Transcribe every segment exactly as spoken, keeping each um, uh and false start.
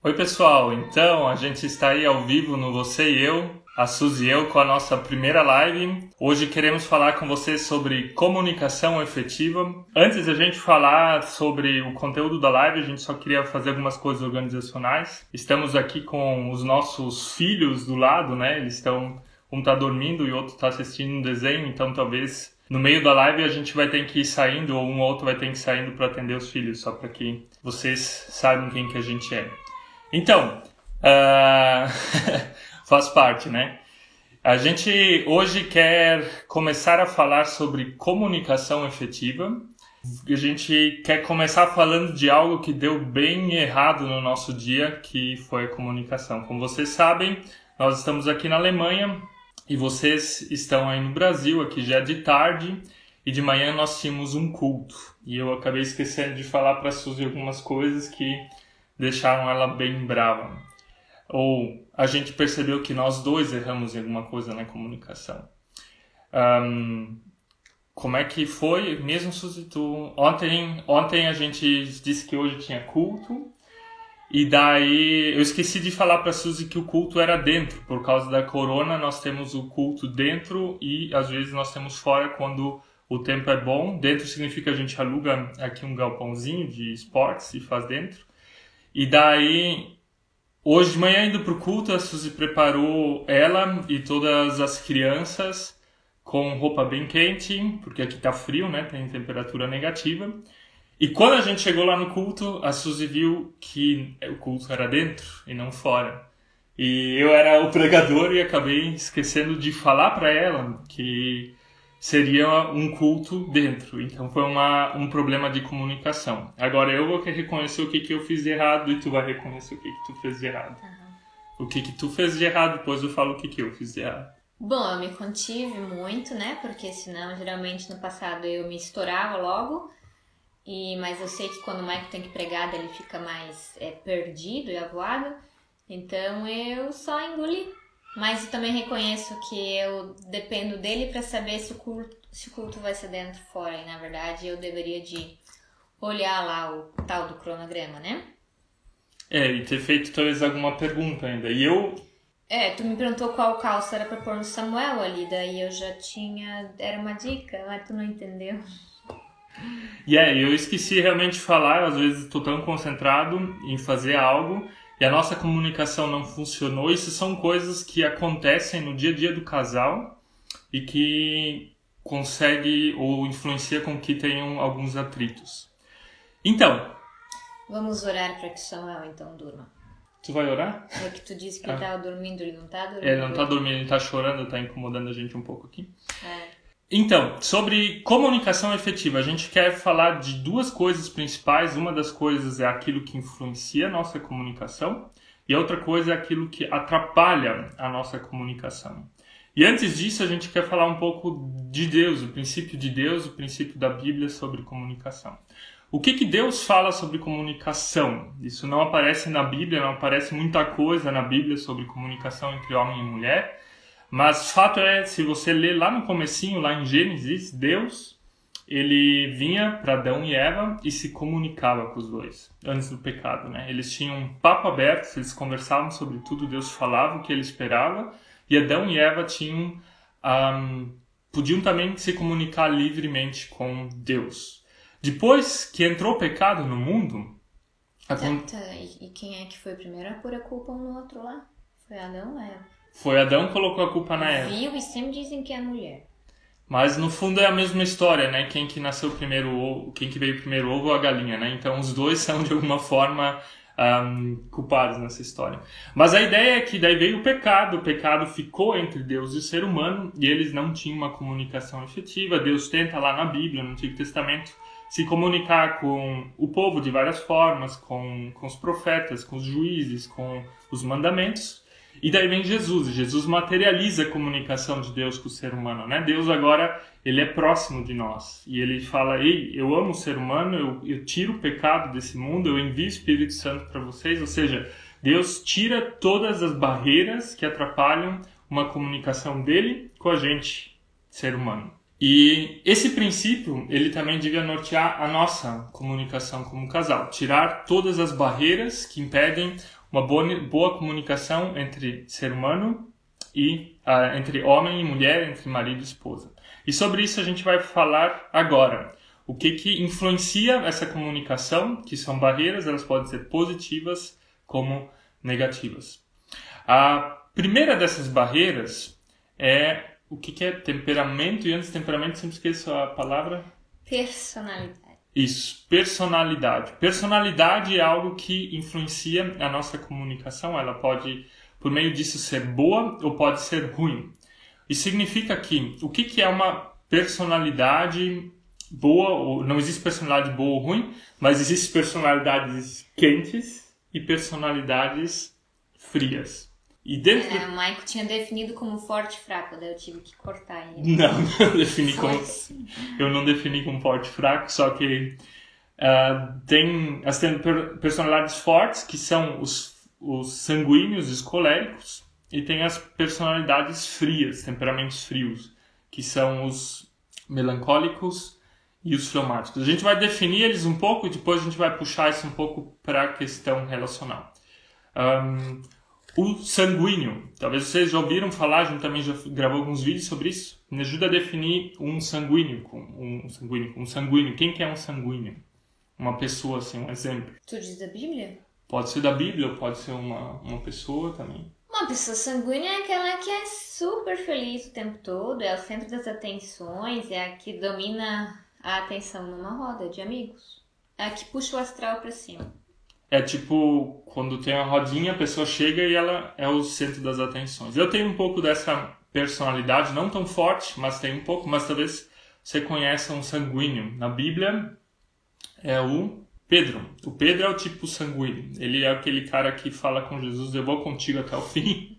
Oi pessoal, então a gente está aí ao vivo no Você e Eu, a Suzy e eu com a nossa primeira live. Hoje queremos falar com vocês sobre comunicação efetiva. Antes da gente falar sobre o conteúdo da live, a gente só queria fazer algumas coisas organizacionais. Estamos aqui com os nossos filhos do lado, né? Eles estão, um está dormindo e o outro está assistindo um desenho, então talvez no meio da live a gente vai ter que ir saindo ou um ou outro vai ter que ir saindo para atender os filhos, só para que vocês saibam quem que a gente é. Então, uh... faz parte, né? A gente hoje quer começar a falar sobre comunicação efetiva. A gente quer começar falando de algo que deu bem errado no nosso dia, que foi a comunicação. Como vocês sabem, nós estamos aqui na Alemanha e vocês estão aí no Brasil, aqui já é de tarde, e de manhã nós tínhamos um culto. E eu acabei esquecendo de falar para a Suzy algumas coisas que deixaram ela bem brava. Ou a gente percebeu que nós dois erramos em alguma coisa na comunicação. Um, como é que foi? Mesmo, Suzy, tu... Ontem, ontem a gente disse que hoje tinha culto. E daí eu esqueci de falar para a Suzy que o culto era dentro. Por causa da corona, nós temos o culto dentro e às vezes nós temos fora quando o tempo é bom. Dentro significa que a gente aluga aqui um galpãozinho de esportes e faz dentro. E daí, hoje de manhã indo pro culto, a Suzy preparou ela e todas as crianças com roupa bem quente, porque aqui tá frio, né? Tem temperatura negativa. E quando a gente chegou lá no culto, a Suzy viu que o culto era dentro e não fora. E eu era o pregador e acabei esquecendo de falar para ela que seria um culto dentro. Então foi uma, um problema de comunicação. Agora eu vou reconhecer o que, que eu fiz de errado e tu vai reconhecer o que, que tu fez de errado. Uhum. O que, que tu fez de errado, depois eu falo o que, que eu fiz de errado. Bom, eu me contive muito, né? Porque senão, geralmente, no passado eu me estourava logo. E, mas eu sei que quando o Michael tem que pregar, ele fica mais é, perdido e avoado. Então eu só engoli. Mas eu também reconheço que eu dependo dele para saber se o, culto, se o culto vai ser dentro ou fora. E, na verdade, eu deveria de olhar lá o tal do cronograma, né? É, e ter feito talvez alguma pergunta ainda. E eu... É, tu me perguntou qual calça era para pôr no Samuel ali. Daí eu já tinha... Era uma dica, mas tu não entendeu. E é, eu esqueci realmente de falar. Às vezes estou tão concentrado em fazer algo... E a nossa comunicação não funcionou. Isso são coisas que acontecem no dia a dia do casal e que consegue ou influencia com que tenham alguns atritos. Então... Vamos orar para que Samuel então durma. Tu vai orar? É que tu disse que ah. ele estava dormindo, ele não está dormindo. Ele não está dormindo, ele está chorando, está incomodando a gente um pouco aqui. É. Então, sobre comunicação efetiva, a gente quer falar de duas coisas principais. Uma das coisas é aquilo que influencia a nossa comunicação e a outra coisa é aquilo que atrapalha a nossa comunicação. E antes disso, a gente quer falar um pouco de Deus, o princípio de Deus, o princípio da Bíblia sobre comunicação. O que que Deus fala sobre comunicação? Isso não aparece na Bíblia, não aparece muita coisa na Bíblia sobre comunicação entre homem e mulher. Mas o fato é, se você ler lá no comecinho, lá em Gênesis, Deus, ele vinha para Adão e Eva e se comunicava com os dois, antes do pecado, né? Eles tinham um papo aberto, eles conversavam sobre tudo, Deus falava o que ele esperava, e Adão e Eva tinham, um, podiam também se comunicar livremente com Deus. Depois que entrou o pecado no mundo... A... Tá, tá. E quem é que foi primeiro a pôr a culpa um no outro lá? Foi Adão ou Eva? Foi Adão que colocou a culpa na Eva. Viu? E sempre dizem que é a mulher. Mas no fundo é a mesma história, né? Quem que nasceu primeiro, ovo, quem que veio primeiro, o ovo ou a galinha, né? Então os dois são de alguma forma um, culpados nessa história. Mas a ideia é que daí veio o pecado, o pecado ficou entre Deus e o ser humano e eles não tinham uma comunicação efetiva. Deus tenta lá na Bíblia, no Antigo Testamento, se comunicar com o povo de várias formas, com, com os profetas, com os juízes, com os mandamentos. E daí vem Jesus, Jesus materializa a comunicação de Deus com o ser humano, né? Deus agora, ele é próximo de nós, e ele fala, ei, eu amo o ser humano, eu, eu tiro o pecado desse mundo, eu envio o Espírito Santo para vocês, ou seja, Deus tira todas as barreiras que atrapalham uma comunicação dele com a gente, ser humano. E esse princípio, ele também devia nortear a nossa comunicação como casal, tirar todas as barreiras que impedem uma boa, boa comunicação entre ser humano e uh, entre homem e mulher, entre marido e esposa. E sobre isso a gente vai falar agora. O que que influencia essa comunicação, que são barreiras, elas podem ser positivas como negativas. A primeira dessas barreiras é o que que é temperamento, e antes de temperamento sempre esqueço a palavra... Personalidade. Isso, personalidade. Personalidade é algo que influencia a nossa comunicação. Ela pode, por meio disso, ser boa ou pode ser ruim. Isso significa que o que, que é uma personalidade boa, ou não existe personalidade boa ou ruim, mas existem personalidades quentes e personalidades frias. E dentro... É, o Maico tinha definido como forte e fraco, daí eu tive que cortar ele. Não, não defini como... eu não defini como forte e fraco, só que uh, tem as personalidades fortes, que são os, os sanguíneos, os coléricos, e tem as personalidades frias, temperamentos frios, que são os melancólicos e os fleumáticos. A gente vai definir eles um pouco e depois a gente vai puxar isso um pouco para a questão relacional. Um, O sanguíneo, talvez vocês já ouviram falar, a gente também já gravou alguns vídeos sobre isso. Me ajuda a definir um sanguíneo, um sanguíneo, um sanguíneo. Quem que é um sanguíneo? Uma pessoa, assim, um exemplo. Tu diz da Bíblia? Pode ser da Bíblia ou pode ser uma, uma pessoa também. Uma pessoa sanguínea é aquela que é super feliz o tempo todo, é o centro das atenções, é a que domina a atenção numa roda de amigos. É a que puxa o astral pra cima. É tipo, quando tem uma rodinha, a pessoa chega e ela é o centro das atenções. Eu tenho um pouco dessa personalidade, não tão forte, mas tem um pouco. Mas talvez você conheça um sanguíneo. Na Bíblia é o Pedro. O Pedro é o tipo sanguíneo. Ele é aquele cara que fala com Jesus, eu vou contigo até o fim.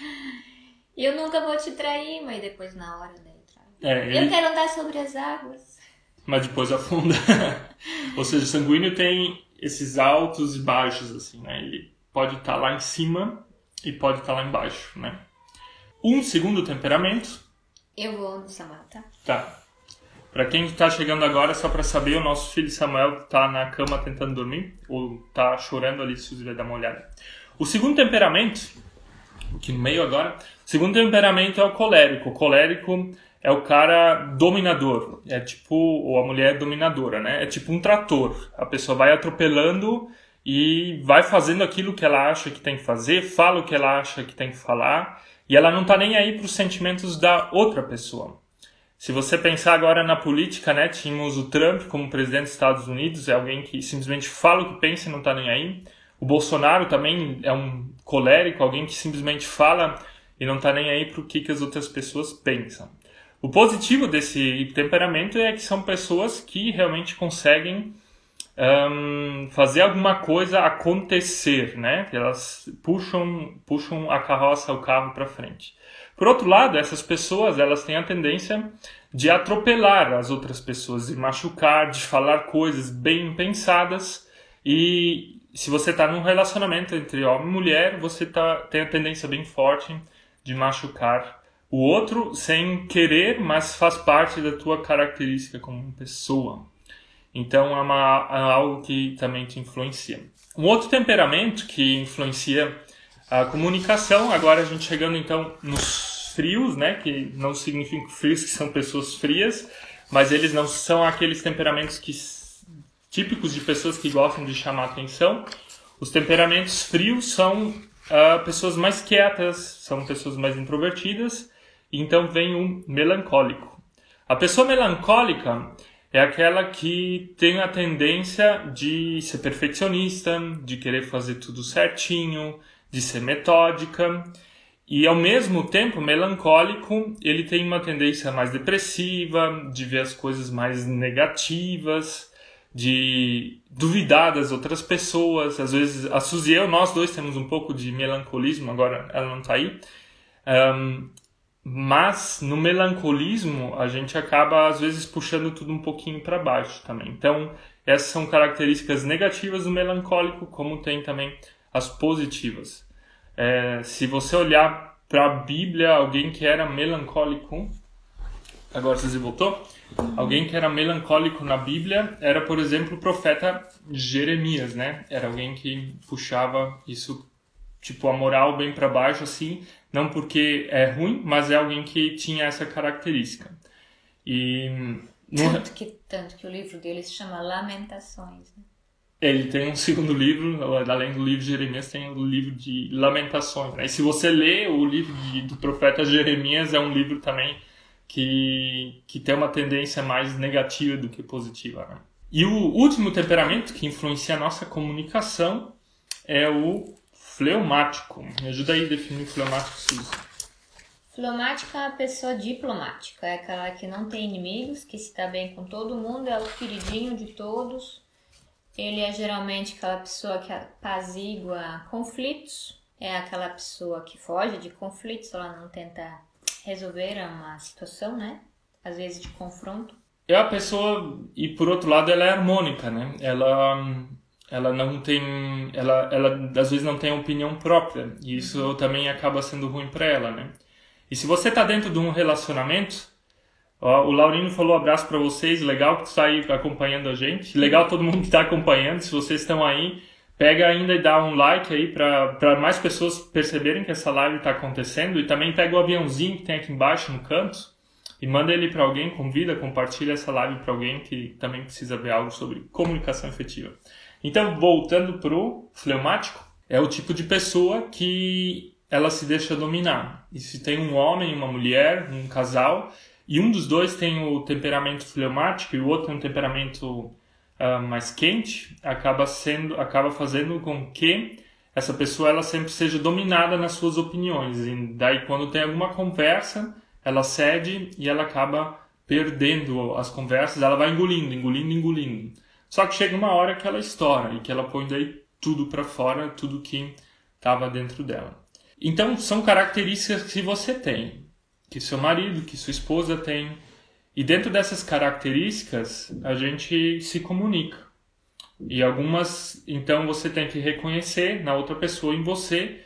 Eu nunca vou te trair, mas depois na hora daí trai. É, ele... Eu quero andar sobre as águas. Mas depois afunda. Ou seja, o sanguíneo tem esses altos e baixos, assim, né? Ele pode estar lá em cima e pode estar lá embaixo, né? Um segundo temperamento. Eu vou no Samuel, tá? Tá. Pra quem está chegando agora, só pra saber, o nosso filho Samuel tá na cama tentando dormir, ou tá chorando ali, se você vai dar uma olhada. O segundo temperamento, aqui no meio agora, o segundo temperamento é o colérico. O colérico é o cara dominador, é tipo, ou a mulher dominadora, né? É tipo um trator. A pessoa vai atropelando e vai fazendo aquilo que ela acha que tem que fazer, fala o que ela acha que tem que falar, e ela não tá nem aí pros sentimentos da outra pessoa. Se você pensar agora na política, né? Tínhamos o Trump como presidente dos Estados Unidos, é alguém que simplesmente fala o que pensa e não tá nem aí. O Bolsonaro também é um colérico, alguém que simplesmente fala e não tá nem aí pro que, que as outras pessoas pensam. O positivo desse temperamento é que são pessoas que realmente conseguem um, fazer alguma coisa acontecer, né? Elas puxam, puxam a carroça, o carro para frente. Por outro lado, essas pessoas elas têm a tendência de atropelar as outras pessoas, de machucar, de falar coisas bem pensadas. E se você está num relacionamento entre homem e mulher, você tá, tem a tendência bem forte de machucar o outro sem querer, mas faz parte da tua característica como pessoa. Então é, uma, é algo que também te influencia. Um outro temperamento que influencia a comunicação, agora a gente chegando então nos frios, né, que não significam frios que são pessoas frias, mas eles não são aqueles temperamentos que, típicos de pessoas que gostam de chamar atenção. Os temperamentos frios são uh, pessoas mais quietas, são pessoas mais introvertidas. Então vem o melancólico. A pessoa melancólica é aquela que tem a tendência de ser perfeccionista, de querer fazer tudo certinho, de ser metódica. E ao mesmo tempo, melancólico, ele tem uma tendência mais depressiva, de ver as coisas mais negativas, de duvidar das outras pessoas. Às vezes, a Suzy e eu, nós dois temos um pouco de melancolismo, agora ela não está aí. Um, Mas no melancolismo a gente acaba às vezes puxando tudo um pouquinho para baixo também. Então essas são características negativas do melancólico, como tem também as positivas. É, se você olhar para a Bíblia, alguém que era melancólico, agora você voltou? Alguém que era melancólico na Bíblia era, por exemplo, o profeta Jeremias, né? Era alguém que puxava isso tipo, a moral bem para baixo, assim, não porque é ruim, mas é alguém que tinha essa característica. E no... tanto, que, tanto que o livro dele se chama Lamentações, né? Ele tem um segundo livro, além do livro de Jeremias, tem o livro de Lamentações, né? E se você lê o livro de, do profeta Jeremias, é um livro também que, que tem uma tendência mais negativa do que positiva, né? E o último temperamento que influencia a nossa comunicação é o fleumático. Me ajuda aí a definir o fleumático, Suzy. Fleumática é uma pessoa diplomática, é aquela que não tem inimigos, que se dá bem com todo mundo, é o queridinho de todos. Ele é geralmente aquela pessoa que apazigua conflitos, é aquela pessoa que foge de conflitos, ela não tenta resolver uma situação, né? Às vezes de confronto. É a pessoa, e por outro lado ela é harmônica, né? Ela, ela não tem, ela, ela às vezes não tem opinião própria, e isso uhum. também acaba sendo ruim para ela, né? E se você tá dentro de um relacionamento, ó, o Laurino falou abraço para vocês, legal que tu tá aí acompanhando a gente, legal todo mundo que tá acompanhando, se vocês estão aí, pega ainda e dá um like aí para mais pessoas perceberem que essa live tá acontecendo, e também pega o aviãozinho que tem aqui embaixo no canto, e manda ele para alguém, convida, compartilha essa live para alguém que também precisa ver algo sobre comunicação efetiva. Então, voltando pro fleumático, é o tipo de pessoa que ela se deixa dominar. E se tem um homem, uma mulher, um casal, e um dos dois tem o temperamento fleumático e o outro tem um temperamento uh, mais quente, acaba sendo, acaba fazendo com que essa pessoa ela sempre seja dominada nas suas opiniões. E daí, quando tem alguma conversa, ela cede e ela acaba perdendo as conversas, ela vai engolindo, engolindo, engolindo. Só que chega uma hora que ela estoura e que ela põe daí tudo para fora, tudo que estava dentro dela. Então, são características que você tem, que seu marido, que sua esposa tem. E dentro dessas características, a gente se comunica. E algumas, então, você tem que reconhecer na outra pessoa, em você,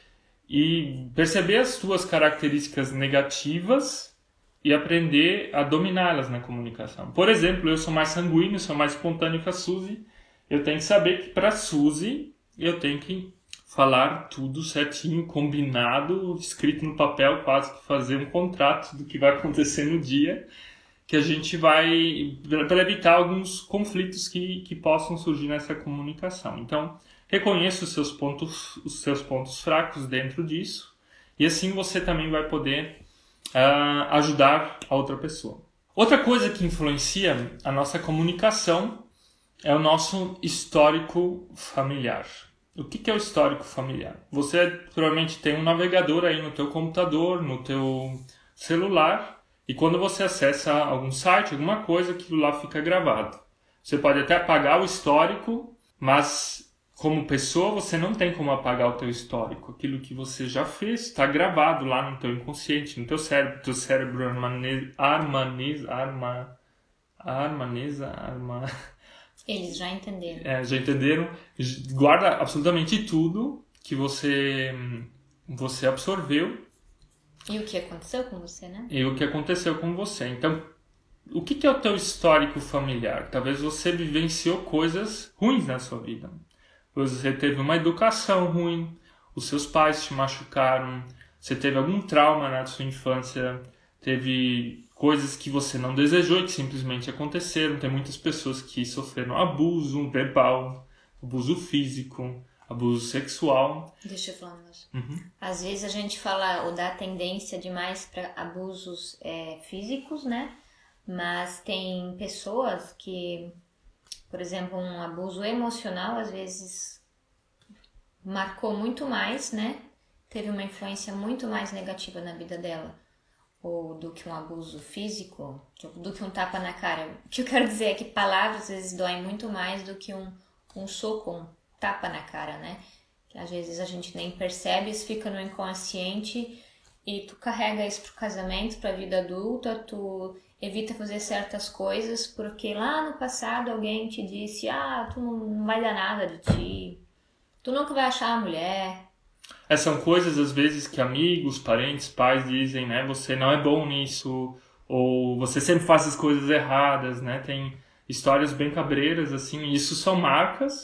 e perceber as suas características negativas e aprender a dominá-las na comunicação. Por exemplo, eu sou mais sanguíneo, sou mais espontâneo que a Suzy. Eu tenho que saber que para a Suzy eu tenho que falar tudo certinho, combinado, escrito no papel, quase que fazer um contrato do que vai acontecer no dia, que a gente vai, para evitar alguns conflitos que, que possam surgir nessa comunicação. Então, reconheça os seus pontos, os seus pontos fracos dentro disso, e assim você também vai poder uh, ajudar a outra pessoa. Outra coisa que influencia a nossa comunicação é o nosso histórico familiar. O que é o histórico familiar? Você provavelmente tem um navegador aí no teu computador, no teu celular, e quando você acessa algum site, alguma coisa, aquilo lá fica gravado. Você pode até apagar o histórico, mas como pessoa você não tem como apagar o teu histórico. Aquilo que você já fez está gravado lá no teu inconsciente, no teu cérebro. O teu cérebro harmoniza, harmoniza, arma, harmoniza, arma... Eles já entenderam. É, já entenderam. Guarda absolutamente tudo que você, você absorveu. E o que aconteceu com você, né? E o que aconteceu com você. Então, o que é o teu histórico familiar? Talvez você vivenciou coisas ruins na sua vida. Você teve uma educação ruim, os seus pais te machucaram, você teve algum trauma na sua infância, teve coisas que você não desejou e que simplesmente aconteceram. Tem muitas pessoas que sofreram abuso verbal, abuso físico, abuso sexual. Deixa eu falar um negócio. Uhum. Às vezes a gente fala ou dá tendência demais para abusos é, físicos, né? Mas tem pessoas que, por exemplo, um abuso emocional às vezes marcou muito mais, né? Teve uma influência muito mais negativa na vida dela. Ou do que um abuso físico, do que um tapa na cara. O que eu quero dizer é que palavras às vezes doem muito mais do que um, um soco, um tapa na cara, né? Que às vezes a gente nem percebe, isso fica no inconsciente e tu carrega isso pro casamento, pra vida adulta, tu evita fazer certas coisas porque lá no passado alguém te disse, ah, tu não, não vai dar nada de ti, tu nunca vai achar a mulher. É, são coisas, às vezes, que amigos, parentes, pais dizem, né? Você não é bom nisso, ou você sempre faz as coisas erradas, né? Tem histórias bem cabreiras, assim, e isso são marcas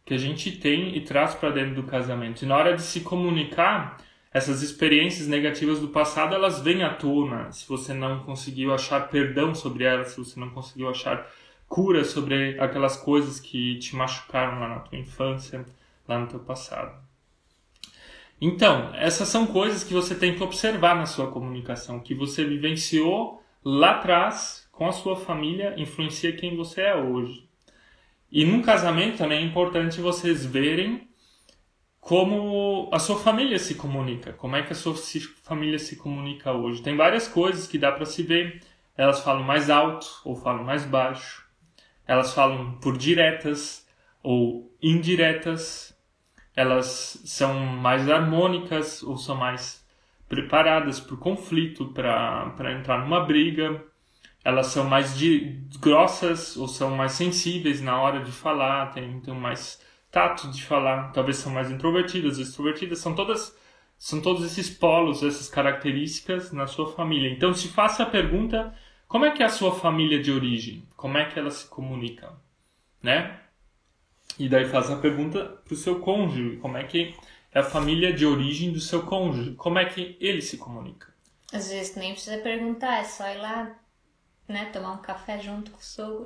que a gente tem e traz para dentro do casamento. E na hora de se comunicar, essas experiências negativas do passado, elas vêm à tona. Se você não conseguiu achar perdão sobre elas, se você não conseguiu achar cura sobre aquelas coisas que te machucaram lá na tua infância, lá no teu passado. Então, essas são coisas que você tem que observar na sua comunicação, que você vivenciou lá atrás com a sua família, influencia quem você é hoje. E num casamento também é importante vocês verem como a sua família se comunica, como é que a sua família se comunica hoje. Tem várias coisas que dá para se ver. Elas falam mais alto ou falam mais baixo. Elas falam por diretas ou indiretas. Elas são mais harmônicas ou são mais preparadas para o conflito, para entrar numa briga. Elas são mais de, grossas ou são mais sensíveis na hora de falar, tem, tem mais tato de falar, talvez são mais introvertidas, extrovertidas, são todas, são todos esses polos, essas características na sua família. Então se faça a pergunta, como é que é a sua família de origem? Como é que ela se comunica? Né? E daí faz a pergunta para o seu cônjuge, como é que é a família de origem do seu cônjuge? Como é que ele se comunica? Às vezes nem precisa perguntar, é só ir lá, né, tomar um café junto com o sogro.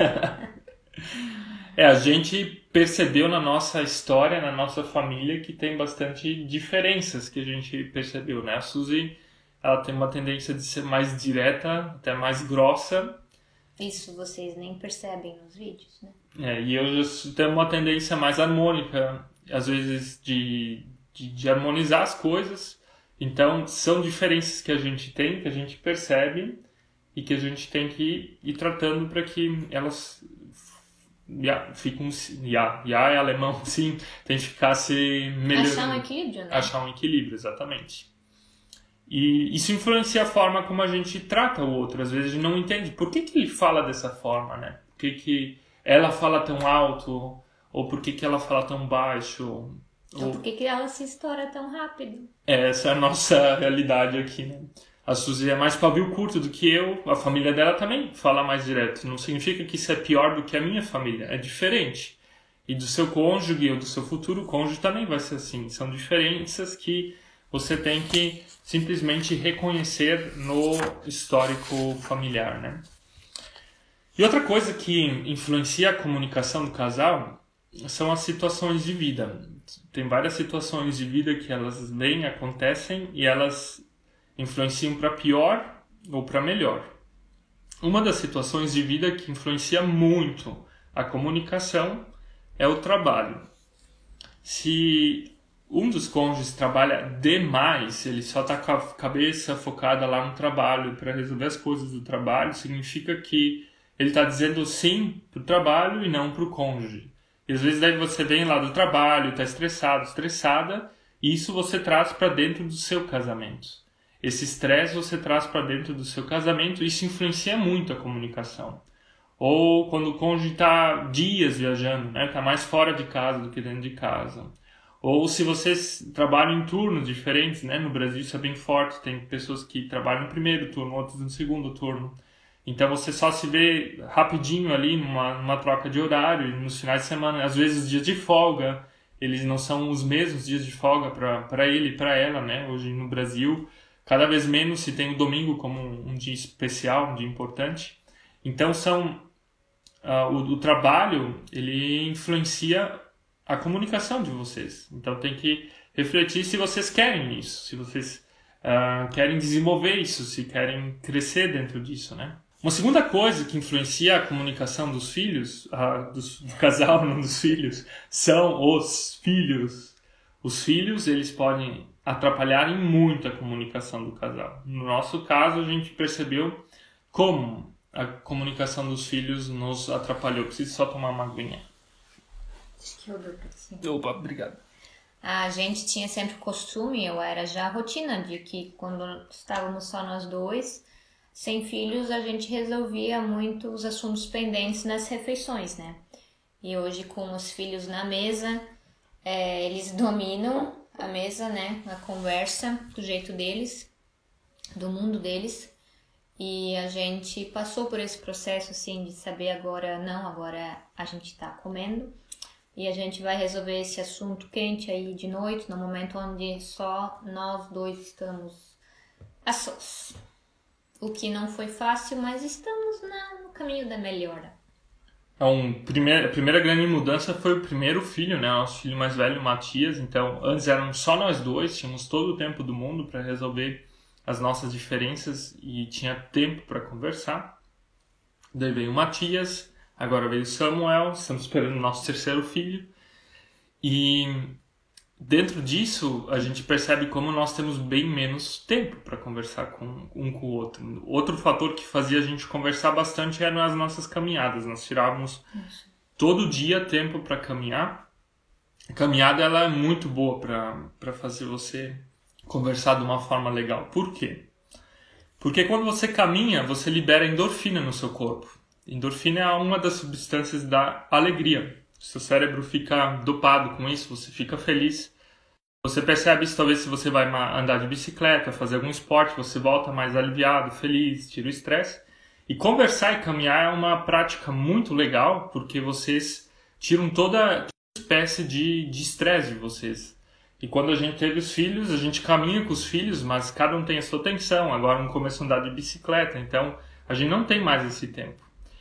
É, a gente percebeu na nossa história, na nossa família, que tem bastante diferenças que a gente percebeu, né? A Suzy, ela tem uma tendência de ser mais direta, até mais grossa. Isso vocês nem percebem nos vídeos, né? É, e eu já tenho uma tendência mais harmônica, às vezes de, de, de harmonizar as coisas. Então, são diferenças que a gente tem, que a gente percebe e que a gente tem que ir tratando para que elas... Ja, ficam, ja, ja é alemão, sim, tem que ficar se melhorando. Achar um equilíbrio, né? Achar um equilíbrio, exatamente. E isso influencia a forma como a gente trata o outro. Às vezes a gente não entende por que, que ele fala dessa forma, né? Por que, que ela fala tão alto, ou por que, que ela fala tão baixo. Ou, ou por que, que ela se estoura tão rápido. Essa é a nossa realidade aqui, né? A Suzy é mais pavio curto do que eu, a família dela também fala mais direto. Não significa que isso é pior do que a minha família, é diferente. E do seu cônjuge ou do seu futuro cônjuge também vai ser assim. São diferenças que você tem que simplesmente reconhecer no histórico familiar, né? E outra coisa que influencia a comunicação do casal são as situações de vida. Tem várias situações de vida que elas vêm, acontecem e elas influenciam para pior ou para melhor. Uma das situações de vida que influencia muito a comunicação é o trabalho. Se um dos cônjuges trabalha demais, ele só está com a cabeça focada lá no trabalho para resolver as coisas do trabalho, significa que ele está dizendo sim para o trabalho e não para o cônjuge. E às vezes daí você vem lá do trabalho, está estressado, estressada, e isso você traz para dentro do seu casamento. Esse estresse você traz para dentro do seu casamento, isso influencia muito a comunicação. Ou quando o cônjuge está dias viajando, né? Está mais fora de casa do que dentro de casa. Ou se vocês trabalham em turnos diferentes, né? No Brasil isso é bem forte, tem pessoas que trabalham no primeiro turno, outros no segundo turno. Então você só se vê rapidinho ali numa, numa troca de horário, nos finais de semana, às vezes os dias de folga, eles não são os mesmos dias de folga para ele e para ela, né? Hoje no Brasil, cada vez menos se tem o domingo como um, um dia especial, um dia importante. Então são uh, o, o trabalho, ele influencia a comunicação de vocês. Então tem que refletir se vocês querem isso, se vocês uh, querem desenvolver isso, se querem crescer dentro disso, né? Uma segunda coisa que influencia a comunicação dos filhos, uh, dos, do casal, não dos filhos, são os filhos. Os filhos, eles podem atrapalhar em muito a comunicação do casal. No nosso caso, a gente percebeu como a comunicação dos filhos nos atrapalhou. Preciso só tomar uma aguinha. Acho que eu dou pra você. Opa, obrigado. A gente tinha sempre o costume, eu era já a rotina, de que quando estávamos só nós dois, sem filhos, a gente resolvia muito os assuntos pendentes nas refeições, né? E hoje, com os filhos na mesa, é, eles dominam a mesa, né? A conversa do jeito deles, do mundo deles. E a gente passou por esse processo, assim, de saber agora, não, agora a gente tá comendo. e a gente vai resolver esse assunto quente aí de noite, no momento onde só nós dois estamos a sós. O que não foi fácil, mas estamos na, no caminho da melhora. Então, primeira, a primeira grande mudança foi o primeiro filho, né? Nosso filho mais velho, Matias. Então, antes éramos só nós dois, tínhamos todo o tempo do mundo para resolver as nossas diferenças e tinha tempo para conversar. Daí veio o Matias, agora veio o Samuel, estamos esperando o nosso terceiro filho. E dentro disso, a gente percebe como nós temos bem menos tempo para conversar com um com o outro. Outro fator que fazia a gente conversar bastante eram as nossas caminhadas. Nós tirávamos Isso. todo dia tempo para caminhar. A caminhada ela é muito boa para fazer você conversar de uma forma legal. Por quê? Porque quando você caminha, você libera endorfina no seu corpo. Endorfina é uma das substâncias da alegria. Seu cérebro fica dopado com isso, você fica feliz. Você percebe isso talvez se você vai andar de bicicleta, fazer algum esporte, você volta mais aliviado, feliz, tira o estresse. E conversar e caminhar é uma prática muito legal, porque vocês tiram toda espécie de estresse de, de vocês. E quando a gente teve os filhos, a gente caminha com os filhos, mas cada um tem a sua tensão. Agora um começa a andar de bicicleta, então a gente não tem mais esse tempo.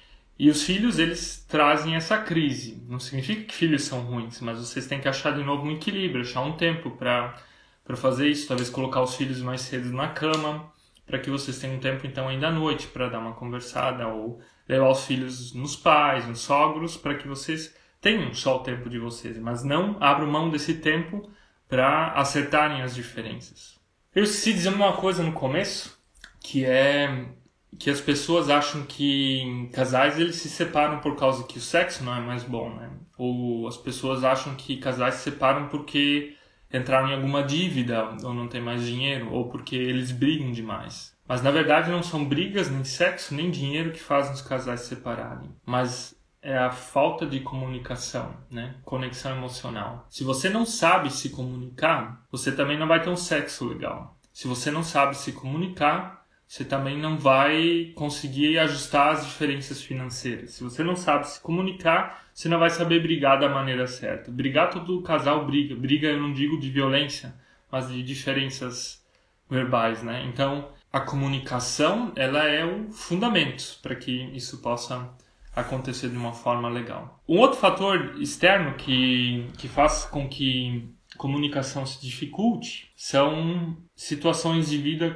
E os filhos, eles trazem essa crise. Não significa que filhos são ruins, mas vocês têm que achar de novo um equilíbrio, achar um tempo para para fazer isso. Talvez colocar os filhos mais cedo na cama, para que vocês tenham um tempo então ainda à noite para dar uma conversada, ou levar os filhos nos pais, nos sogros, para que vocês tenham só o tempo de vocês, mas não abram mão desse tempo para acertarem as diferenças. Eu esqueci de dizer uma coisa no começo, que é que as pessoas acham que em casais eles se separam por causa que o sexo não é mais bom, né? Ou as pessoas acham que casais se separam porque entraram em alguma dívida, ou não tem mais dinheiro, ou porque eles brigam demais. Mas na verdade não são brigas, nem sexo, nem dinheiro que fazem os casais se separarem. Mas é a falta de comunicação, né? Conexão emocional. Se você não sabe se comunicar, você também não vai ter um sexo legal. Se você não sabe se comunicar, você também não vai conseguir ajustar as diferenças financeiras. Se você não sabe se comunicar, você não vai saber brigar da maneira certa. Brigar, todo casal briga. Briga, eu não digo de violência, mas de diferenças verbais, né? Então, a comunicação, ela é o fundamento para que isso possa acontecer de uma forma legal. Um outro fator externo que, que faz com que comunicação se dificulte são situações de vida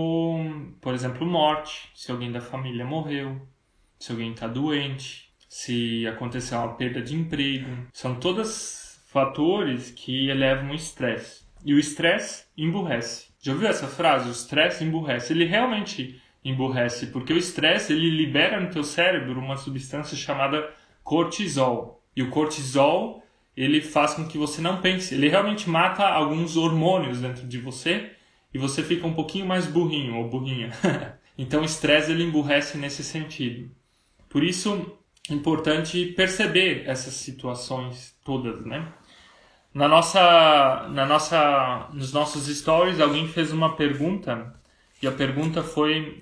como, por exemplo, morte, se alguém da família morreu, se alguém está doente, se aconteceu uma perda de emprego. São todos fatores que elevam o estresse. E o estresse emburrece. Já ouviu essa frase? O estresse emburrece. Ele realmente emburrece, porque o estresse ele libera no teu cérebro uma substância chamada cortisol. E o cortisol ele faz com que você não pense. Ele realmente mata alguns hormônios dentro de você e você fica um pouquinho mais burrinho ou burrinha. Então o estresse ele emburrece nesse sentido. Por isso é importante perceber essas situações todas, né? Na nossa, na nossa, nos nossos stories alguém fez uma pergunta e a pergunta foi: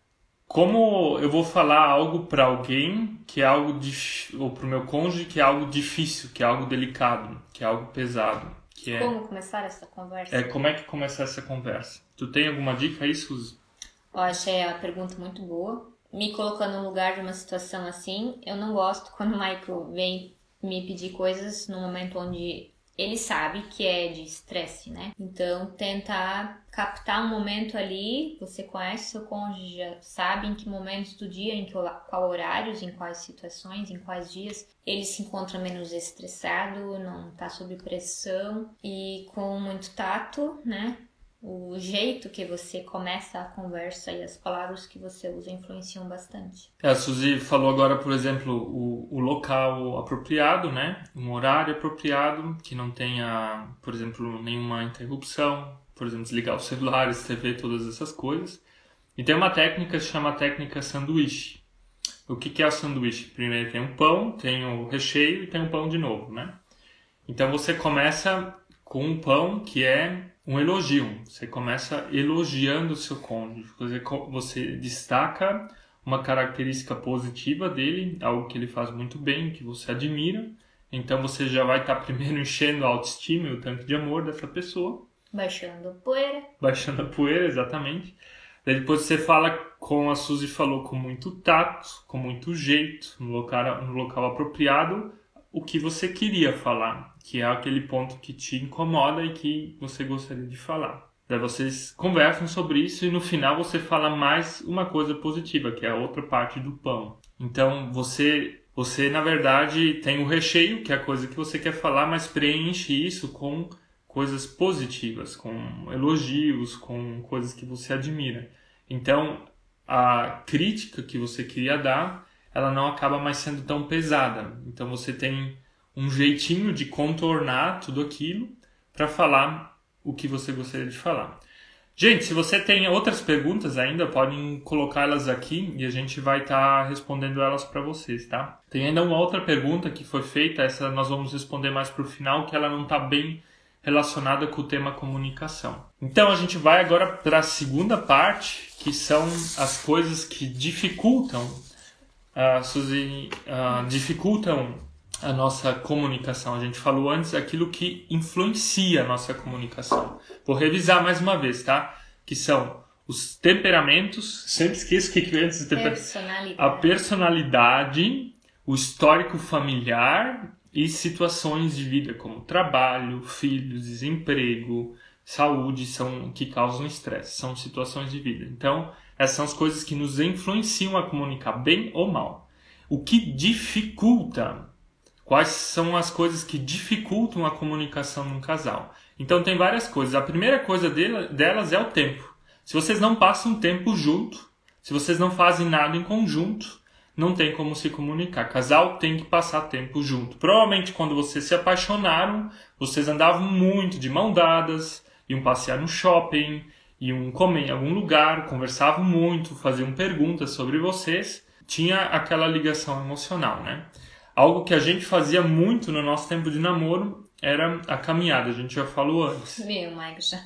como eu vou falar algo para alguém que é algo dif... ou para o meu cônjuge que é algo difícil, que é algo delicado, que é algo pesado, que é como começar essa conversa? É como é que começar essa conversa? Tu tem alguma dica aí, Suzy? Eu achei a pergunta muito boa. Me colocando no lugar de uma situação assim, eu não gosto quando o Michael vem me pedir coisas no momento onde ele sabe que é de estresse, né? Então, tentar captar um momento ali, você conhece seu cônjuge, já sabe em que momentos do dia, em que, qual horários, em quais situações, em quais dias ele se encontra menos estressado, não tá sob pressão e com muito tato, né? O jeito que você começa a conversa e as palavras que você usa influenciam bastante. A Suzy falou agora, por exemplo, o, o local apropriado, né? Um horário apropriado, que não tenha, por exemplo, nenhuma interrupção. Por exemplo, desligar os celulares, T V, todas essas coisas. E tem uma técnica que se chama técnica sanduíche. O que, que é o sanduíche? Primeiro tem um pão, tem o recheio e tem um pão de novo, né? Então você começa com um pão que é um elogio. Você começa elogiando o seu cônjuge. Você, você destaca uma característica positiva dele, algo que ele faz muito bem, que você admira, Então você já vai estar primeiro enchendo a autoestima e o tanque de amor dessa pessoa. Baixando a poeira. Baixando a poeira, exatamente. Daí depois você fala, como a Suzy falou, com muito tato, com muito jeito, no local, no local apropriado, o que você queria falar, que é aquele ponto que te incomoda e que você gostaria de falar. Daí vocês conversam sobre isso e no final você fala mais uma coisa positiva, que é a outra parte do pão. Então você, você na verdade tem o recheio, que é a coisa que você quer falar, mas preenche isso com coisas positivas, com elogios, com coisas que você admira. Então, a crítica que você queria dar, ela não acaba mais sendo tão pesada. Então, você tem um jeitinho de contornar tudo aquilo para falar o que você gostaria de falar. Gente, se você tem outras perguntas ainda, podem colocá-las aqui e a gente vai estar tá respondendo elas para vocês, tá? Tem ainda uma outra pergunta que foi feita, essa nós vamos responder mais para o final, que ela não está bem relacionada com o tema comunicação. Então a gente vai agora para a segunda parte, que são as coisas que dificultam, uh, Suzy, uh, dificultam a nossa comunicação. A gente falou antes aquilo que influencia a nossa comunicação. Vou revisar mais uma vez, tá? Que são os temperamentos, sempre esqueço o que que é antes de temper... Personalidade. A personalidade, o histórico familiar e situações de vida como trabalho, filhos, desemprego, saúde, são que causam estresse, são situações de vida. Então, essas são as coisas que nos influenciam a comunicar bem ou mal. O que dificulta, quais são as coisas que dificultam a comunicação num casal? Então, tem várias coisas. A primeira coisa delas é o tempo. Se vocês não passam tempo junto, se vocês não fazem nada em conjunto, não tem como se comunicar. Casal tem que passar tempo junto. Provavelmente quando vocês se apaixonaram, vocês andavam muito de mão dadas, iam passear no shopping, iam comer em algum lugar, conversavam muito, faziam perguntas sobre vocês. Tinha aquela ligação emocional, né? Algo que a gente fazia muito no nosso tempo de namoro era a caminhada. A gente já falou antes. Meu, Maico, já.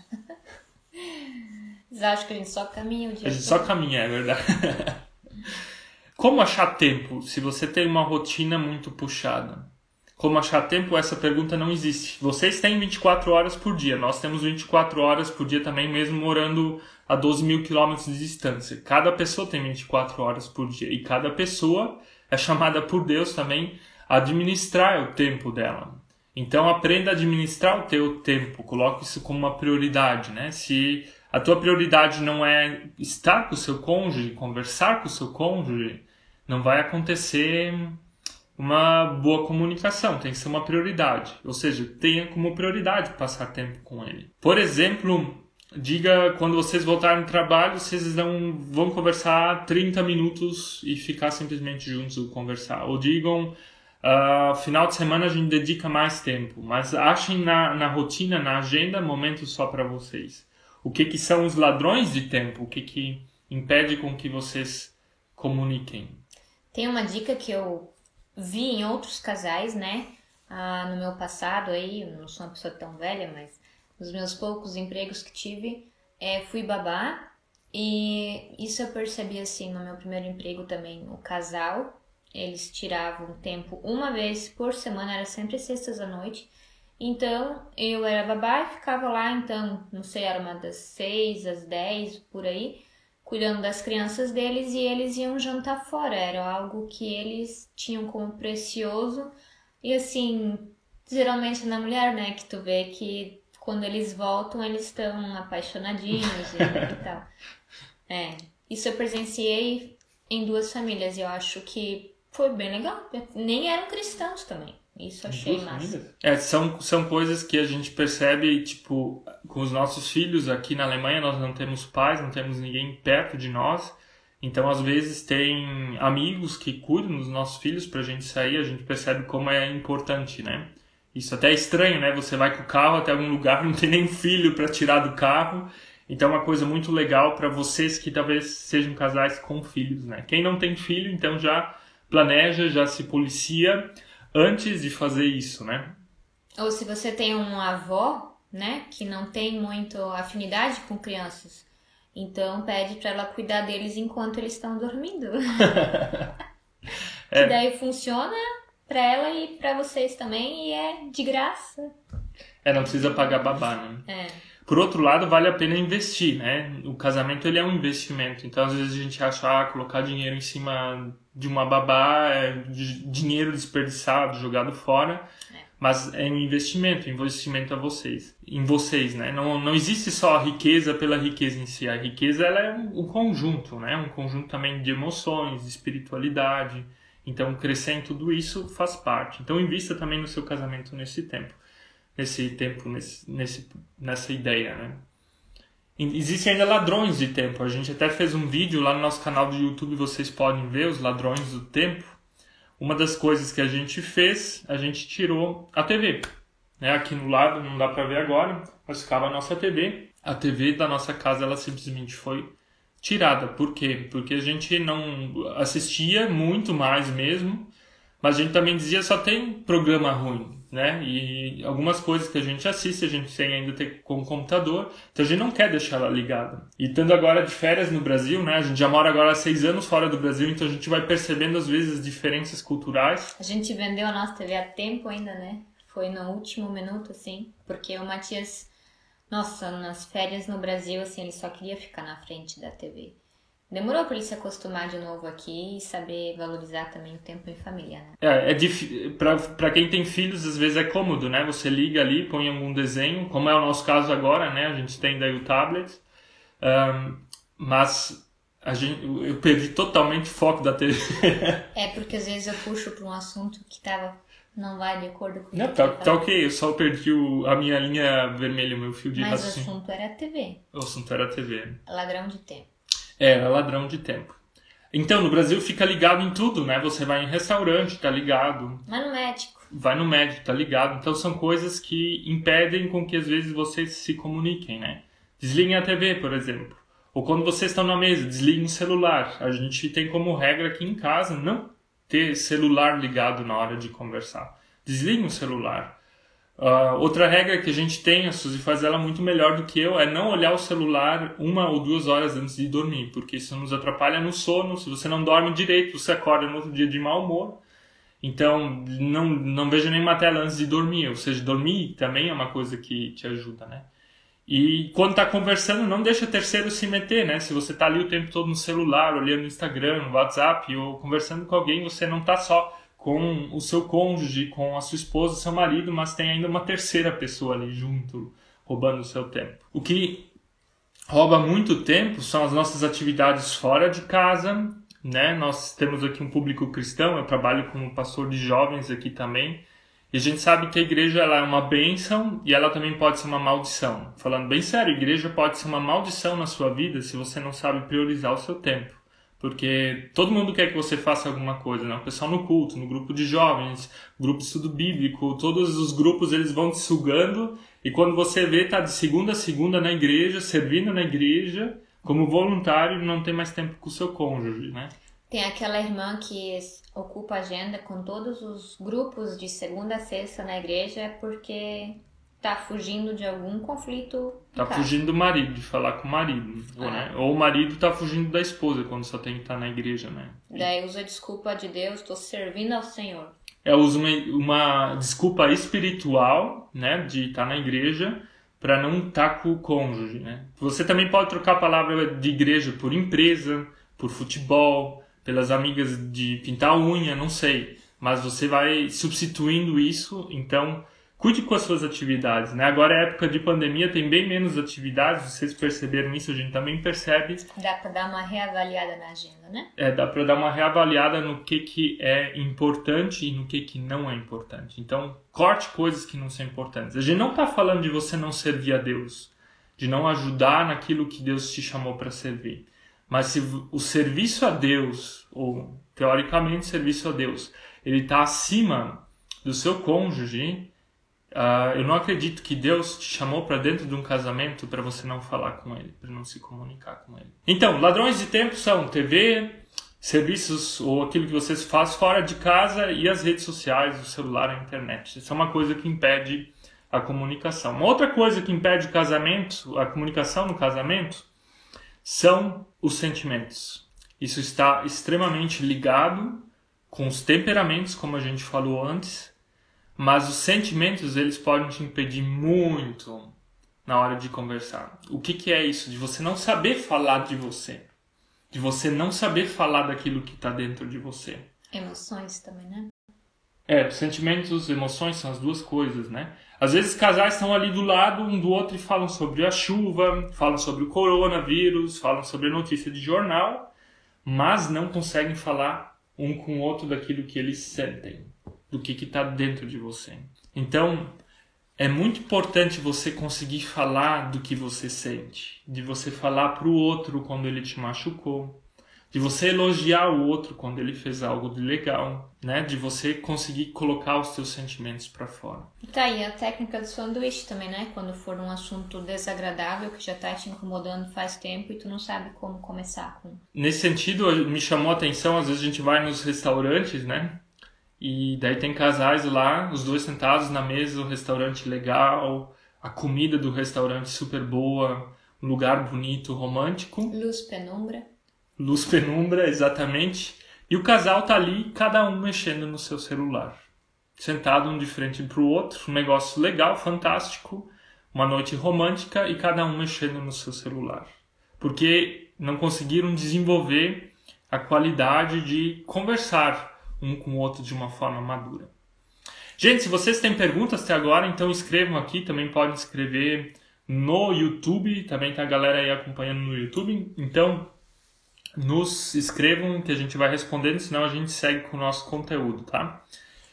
Vocês acham que a gente só caminha o dia A gente todo? só caminha, é verdade. Como achar tempo se você tem uma rotina muito puxada? Como achar tempo? Essa pergunta não existe. Vocês têm vinte e quatro horas por dia. Nós temos vinte e quatro horas por dia também, mesmo morando a doze mil quilômetros de distância. Cada pessoa tem vinte e quatro horas por dia. E cada pessoa é chamada por Deus também a administrar o tempo dela. Então aprenda a administrar o teu tempo. Coloque isso como uma prioridade, né? Se a tua prioridade não é estar com o seu cônjuge, conversar com o seu cônjuge, não vai acontecer uma boa comunicação, tem que ser uma prioridade. Ou seja, tenha como prioridade passar tempo com ele. Por exemplo, diga quando vocês voltarem do trabalho, vocês não vão conversar trinta minutos e ficar simplesmente juntos ou conversar. Ou digam, uh, final de semana a gente dedica mais tempo. Mas achem na, na rotina, na agenda, momentos só para vocês. O que, que são os ladrões de tempo? O que, que impede com que vocês comuniquem? Tem uma dica que eu vi em outros casais, né? Ah, no meu passado aí, eu não sou uma pessoa tão velha, mas nos meus poucos empregos que tive, é, fui babá. E isso eu percebi assim no meu primeiro emprego também. O casal, eles tiravam tempo uma vez por semana, era sempre sextas à noite. Então, eu era babá e ficava lá, então, não sei, era uma das seis às dez, por aí, cuidando das crianças deles, e eles iam jantar fora. Era algo que eles tinham como precioso. E assim, geralmente na mulher, né, que tu vê que quando eles voltam, eles estão apaixonadinhos e, e tal. É, isso eu presenciei em duas famílias e eu acho que foi bem legal. Nem eram cristãos também. Isso achei Duas massa. famílias? É, são, são coisas que a gente percebe, tipo, com os nossos filhos aqui na Alemanha, nós não temos pais, não temos ninguém perto de nós. Então, às vezes, tem amigos que cuidam dos nossos filhos pra gente sair, a gente percebe como é importante, né? Isso até é estranho, né? Você vai com o carro até algum lugar, não tem nem filho pra tirar do carro. Então, é uma coisa muito legal pra vocês que talvez sejam casais com filhos, né? Quem não tem filho, então já planeja, já se policia antes de fazer isso, né? Ou se você tem um avó, né, que não tem muito afinidade com crianças, então pede para ela cuidar deles enquanto eles estão dormindo. É. Que daí funciona pra ela e pra vocês também, e é de graça. É, não precisa pagar babá, né? É. Por outro lado, vale a pena investir, né? O casamento, ele é um investimento. Então, às vezes a gente acha, ah, colocar dinheiro em cima de uma babá é dinheiro desperdiçado, jogado fora. É. Mas é um investimento, investimento a vocês, em vocês, né? Não, não existe só a riqueza pela riqueza em si. A riqueza, ela é um conjunto, né? Um conjunto também de emoções, de espiritualidade. Então, crescer em tudo isso faz parte. Então, invista também no seu casamento nesse tempo. Nesse tempo, nesse, nesse, nessa ideia, né? Existem ainda ladrões de tempo. A gente até fez um vídeo lá no nosso canal do YouTube, vocês podem ver os ladrões do tempo. Uma das coisas que a gente fez, a gente tirou a T V. Né? Aqui no lado, não dá para ver agora, mas ficava a nossa T V. A T V da nossa casa, ela simplesmente foi tirada. Por quê? Porque a gente não assistia muito mais mesmo, mas a gente também dizia só tem programa ruim. Né? E algumas coisas que a gente assiste, a gente tem ainda ter com o computador, então a gente não quer deixar ela ligada. E estando agora de férias no Brasil, né? A gente já mora agora há seis anos fora do Brasil, então a gente vai percebendo às vezes as diferenças culturais. A gente vendeu a nossa T V a tempo ainda, né? Foi no último minuto, assim, porque o Matias, nossa, nas férias no Brasil, assim, ele só queria ficar na frente da T V. Demorou para ele se acostumar de novo aqui e saber valorizar também o tempo em família, né? É, é dif... para quem tem filhos, às vezes é cômodo, né? Você liga ali, põe algum desenho, como é o nosso caso agora, né? A gente tem daí o tablet, um, mas a gente... eu perdi totalmente o foco da T V. É, porque às vezes eu puxo para um assunto que tava... não vai de acordo com o que Não, tá, tá ok, eu só perdi o, a minha linha vermelha, o meu fio de Mas raciocínio. o assunto era a T V. O assunto era a T V. Ladrão de tempo. Era ladrão de tempo. Então, no Brasil fica ligado em tudo, né? Você vai em restaurante, tá ligado. Vai no médico. Vai no médico, tá ligado. Então, são coisas que impedem com que, às vezes, vocês se comuniquem, né? Desliguem a T V, por exemplo. Ou quando vocês estão na mesa, desliguem o celular. A gente tem como regra aqui em casa não ter celular ligado na hora de conversar. Desliguem o celular. Uh, outra regra que a gente tem, a Suzy faz ela muito melhor do que eu, é não olhar o celular uma ou duas horas antes de dormir, porque isso nos atrapalha no sono. Se você não dorme direito, você acorda no outro dia de mau humor. Então, não, não veja nenhuma tela antes de dormir, ou seja, dormir também é uma coisa que te ajuda, né? E quando está conversando, não deixa terceiro se meter, né? Se você está ali o tempo todo no celular, olhando no Instagram, no WhatsApp, ou conversando com alguém, você não está só com o seu cônjuge, com a sua esposa, seu marido, mas tem ainda uma terceira pessoa ali junto, roubando o seu tempo. O que rouba muito tempo são as nossas atividades fora de casa, né? Nós temos aqui um público cristão, eu trabalho como pastor de jovens aqui também, e a gente sabe que a igreja ela é uma bênção e ela também pode ser uma maldição. Falando bem sério, a igreja pode ser uma maldição na sua vida se você não sabe priorizar o seu tempo. Porque todo mundo quer que você faça alguma coisa, né? O pessoal no culto, no grupo de jovens, grupo de estudo bíblico, todos os grupos eles vão te sugando e quando você vê, tá de segunda a segunda na igreja, servindo na igreja, como voluntário, não tem mais tempo com o seu cônjuge, né? Tem aquela irmã que ocupa a agenda com todos os grupos de segunda a sexta na igreja porque tá fugindo de algum conflito. Tá fugindo do marido, de falar com o marido, ah. né? Ou o marido tá fugindo da esposa quando só tem que estar na igreja, né? Daí usa a desculpa de Deus, tô servindo ao Senhor. É, usa uma, uma desculpa espiritual, né, de estar na igreja para não estar com o cônjuge, né? Você também pode trocar a palavra de igreja por empresa, por futebol, pelas amigas de pintar unha, não sei. Mas você vai substituindo isso, então cuide com as suas atividades, né? Agora é época de pandemia, tem bem menos atividades, vocês perceberam isso, a gente também percebe. Dá para dar uma reavaliada na agenda, né? É, dá para dar uma reavaliada no que, que é importante e no que, que não é importante. Então, corte coisas que não são importantes. A gente não está falando de você não servir a Deus, de não ajudar naquilo que Deus te chamou para servir. Mas se o serviço a Deus, ou teoricamente o serviço a Deus, ele está acima do seu cônjuge, Uh, eu não acredito que Deus te chamou para dentro de um casamento para você não falar com ele, para não se comunicar com ele. Então, ladrões de tempo são T V, serviços ou aquilo que vocês fazem fora de casa e as redes sociais, o celular, a internet. Isso é uma coisa que impede a comunicação. Uma outra coisa que impede o casamento, a comunicação no casamento, são os sentimentos. Isso está extremamente ligado com os temperamentos, como a gente falou antes, mas os sentimentos, eles podem te impedir muito na hora de conversar. O que, que é isso? De você não saber falar de você. De você não saber falar daquilo que está dentro de você. Emoções também, né? É, sentimentos e emoções são as duas coisas, né? Às vezes casais estão ali do lado um do outro e falam sobre a chuva, falam sobre o coronavírus, falam sobre a notícia de jornal, mas não conseguem falar um com o outro daquilo que eles sentem, do que está dentro de você. Então, é muito importante você conseguir falar do que você sente, de você falar para o outro quando ele te machucou, de você elogiar o outro quando ele fez algo de legal, né? De você conseguir colocar os seus sentimentos para fora. Tá, e a técnica do sanduíche também, né? Quando for um assunto desagradável que já tá te incomodando faz tempo e tu não sabe como começar com. Nesse sentido, me chamou a atenção, às vezes a gente vai nos restaurantes, né? E daí tem casais lá, os dois sentados na mesa, um restaurante legal, a comida do restaurante super boa, um lugar bonito, romântico. Luz, penumbra. Luz, penumbra, exatamente. E o casal tá ali, cada um mexendo no seu celular. Sentado um de frente pro outro, um negócio legal, fantástico, uma noite romântica e cada um mexendo no seu celular. Porque não conseguiram desenvolver a qualidade de conversar um com o outro de uma forma madura. Gente, se vocês têm perguntas até agora, então escrevam aqui, também podem escrever no YouTube, também tá a galera aí acompanhando no YouTube, então nos escrevam que a gente vai respondendo, senão a gente segue com o nosso conteúdo, tá?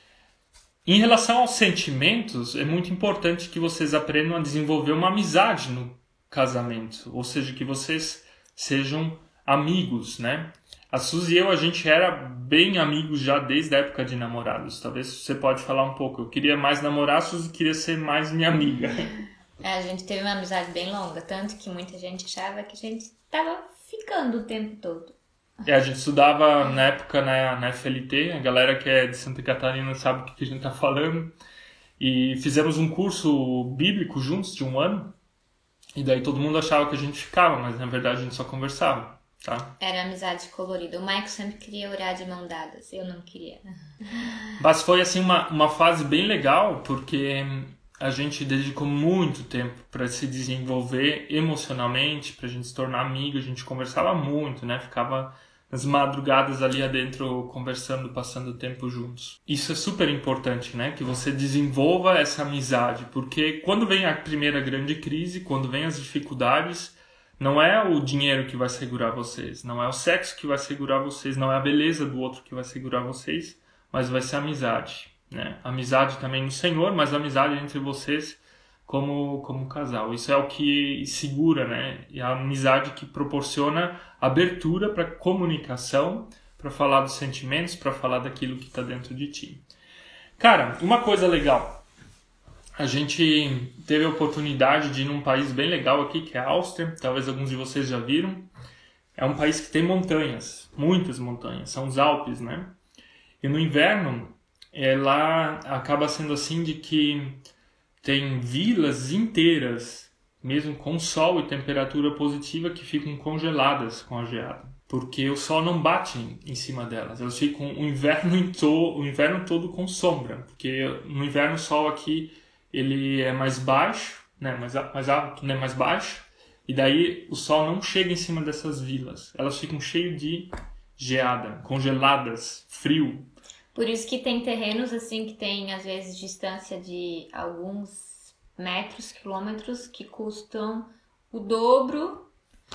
Em relação aos sentimentos, é muito importante que vocês aprendam a desenvolver uma amizade no casamento, ou seja, que vocês sejam amigos, né? A Suzy e eu, a gente era bem amigos já desde a época de namorados. Talvez você pode falar um pouco. Eu queria mais namorar, a Suzy queria ser mais minha amiga. É, a gente teve uma amizade bem longa, tanto que muita gente achava que a gente tava ficando o tempo todo. É, a gente estudava na época na, na F L T, a galera que é de Santa Catarina sabe o que a gente tá falando. E fizemos um curso bíblico juntos de um ano. E daí todo mundo achava que a gente ficava, mas na verdade a gente só conversava. Tá? Era amizade colorida. O Michael sempre queria orar de mão dadas, eu não queria. Mas foi assim uma, uma fase bem legal, porque a gente dedicou muito tempo para se desenvolver emocionalmente, para a gente se tornar amigo. A gente conversava muito, né? Ficava nas madrugadas ali adentro conversando, passando tempo juntos. Isso é super importante, né? Que você desenvolva essa amizade, porque quando vem a primeira grande crise, quando vem as dificuldades, não é o dinheiro que vai segurar vocês, não é o sexo que vai segurar vocês, não é a beleza do outro que vai segurar vocês, mas vai ser a amizade, né? Amizade também no Senhor, mas amizade entre vocês como, como casal. Isso é o que segura, né? E a amizade que proporciona abertura para comunicação, para falar dos sentimentos, para falar daquilo que está dentro de ti. Cara, uma coisa legal. A gente teve a oportunidade de ir num país bem legal aqui, que é a Áustria. Talvez alguns de vocês já viram. É um país que tem montanhas, muitas montanhas. São os Alpes, né? E no inverno, é, lá acaba sendo assim de que tem vilas inteiras, mesmo com sol e temperatura positiva, que ficam congeladas com a geada. Porque o sol não bate em cima delas. Elas ficam o inverno, em to- o inverno todo com sombra. Porque no inverno o sol aqui ele é mais baixo, né, mais, mais alto, né, mais baixo, e daí o sol não chega em cima dessas vilas. Elas ficam cheias de geada, congeladas, frio. Por isso que tem terrenos assim que tem às vezes distância de alguns metros, quilômetros, que custam o dobro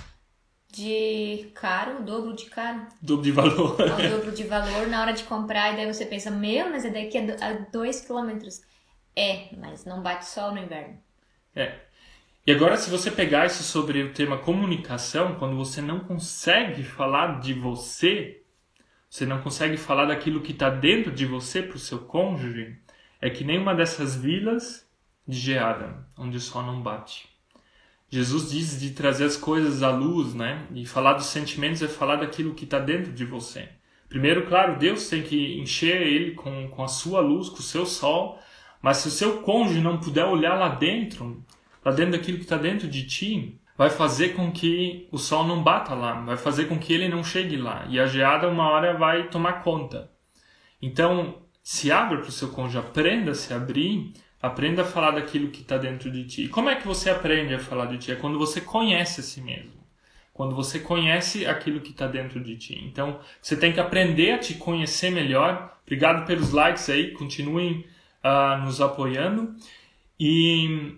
de caro, o dobro de caro. Dobro de valor. O dobro de valor na hora de comprar, e daí você pensa, meu, mas é daqui a dois quilômetros. É, mas não bate sol no inverno. É. E agora, se você pegar isso sobre o tema comunicação, quando você não consegue falar de você, você não consegue falar daquilo que está dentro de você para o seu cônjuge, é que nem uma dessas vilas de geada, onde o sol não bate. Jesus diz de trazer as coisas à luz, né? E falar dos sentimentos é falar daquilo que está dentro de você. Primeiro, claro, Deus tem que encher ele com, com a sua luz, com o seu sol. Mas se o seu cônjuge não puder olhar lá dentro, lá dentro daquilo que está dentro de ti, vai fazer com que o sol não bata lá, vai fazer com que ele não chegue lá. E a geada uma hora vai tomar conta. Então, se abra para o seu cônjuge, aprenda a se abrir, aprenda a falar daquilo que está dentro de ti. E como é que você aprende a falar de ti? É quando você conhece a si mesmo. Quando você conhece aquilo que está dentro de ti. Então, você tem que aprender a te conhecer melhor. Obrigado pelos likes aí, continuem uh, nos apoiando. E,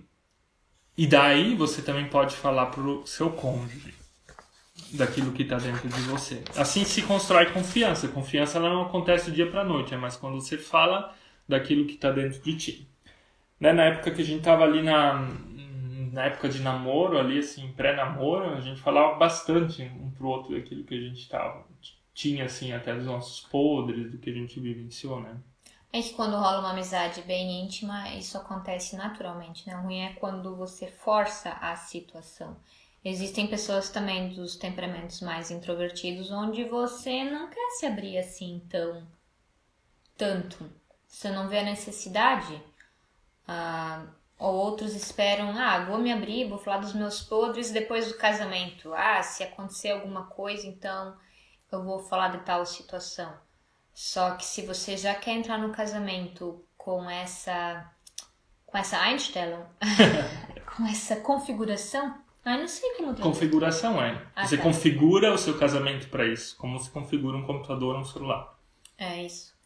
e daí você também pode falar para o seu cônjuge daquilo que está dentro de você. Assim se constrói confiança. Confiança ela não acontece do dia para a noite, é mais quando você fala daquilo que está dentro de ti. Né? Na época que a gente estava ali na, na época de namoro, ali assim, pré-namoro, a gente falava bastante um pro outro daquilo que a gente tava, tinha assim, até dos nossos podres, do que a gente vivenciou, né? É que quando rola uma amizade bem íntima, isso acontece naturalmente, né? O ruim é quando você força a situação. Existem pessoas também dos temperamentos mais introvertidos, onde você não quer se abrir assim tão, tanto. Você não vê a necessidade. Ah, ou outros esperam, ah, vou me abrir, vou falar dos meus podres depois do casamento. Ah, se acontecer alguma coisa, então eu vou falar de tal situação. Só que se você já quer entrar no casamento com essa, com essa Einstellung, com essa configuração, ah, não sei como... Configuração é. Ah, você tá. configura o seu casamento para isso, como se configura um computador ou um celular. É isso.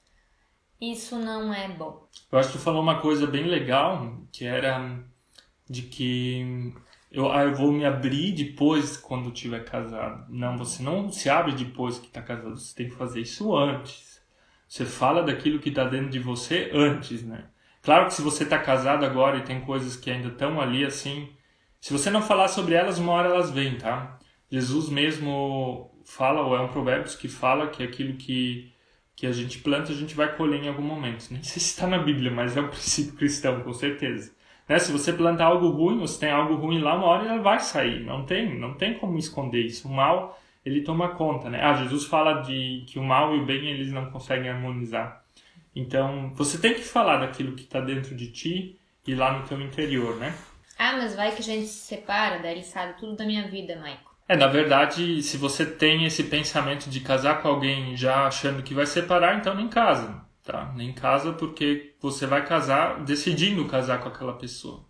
Isso não é bom. Eu acho que tu falou uma coisa bem legal, que era de que eu, ah, eu vou me abrir depois quando estiver casado. Não, você não se abre depois que está casado, você tem que fazer isso antes. Você fala daquilo que está dentro de você antes, né? Claro que se você está casado agora e tem coisas que ainda estão ali assim, se você não falar sobre elas, uma hora elas vêm, tá? Jesus mesmo fala, ou é um provérbio que fala que aquilo que, que a gente planta, a gente vai colher em algum momento. Nem sei se está na Bíblia, mas é um princípio cristão, com certeza. Né? Se você plantar algo ruim, você tem algo ruim lá, uma hora ela vai sair. Não tem, não tem como esconder isso. O mal, ele toma conta, né? Ah, Jesus fala de que o mal e o bem, eles não conseguem harmonizar. Então, você tem que falar daquilo que está dentro de ti e lá no teu interior, né? Ah, mas vai que a gente se separa, daí ele sabe tudo da minha vida, Maico. É, na verdade, se você tem esse pensamento de casar com alguém já achando que vai separar, então nem casa, tá? Nem casa porque você vai casar decidindo casar com aquela pessoa.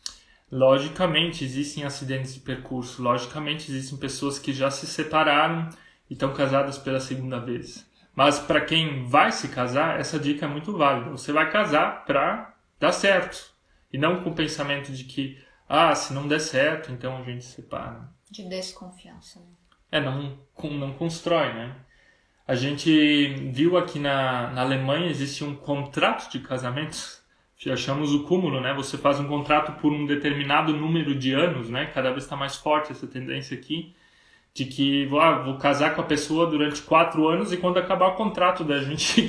Logicamente, existem acidentes de percurso. Logicamente, existem pessoas que já se separaram e estão casadas pela segunda vez. Mas para quem vai se casar, essa dica é muito válida. Você vai casar para dar certo. E não com o pensamento de que, ah, se não der certo, então a gente se separa. De desconfiança, né? É, não, não constrói, né? A gente viu aqui na, na Alemanha, existe um contrato de casamento, achamos o cúmulo, né? Você faz um contrato por um determinado número de anos, né? Cada vez está mais forte essa tendência aqui, de que ah, vou casar com a pessoa durante quatro anos e quando acabar o contrato da gente...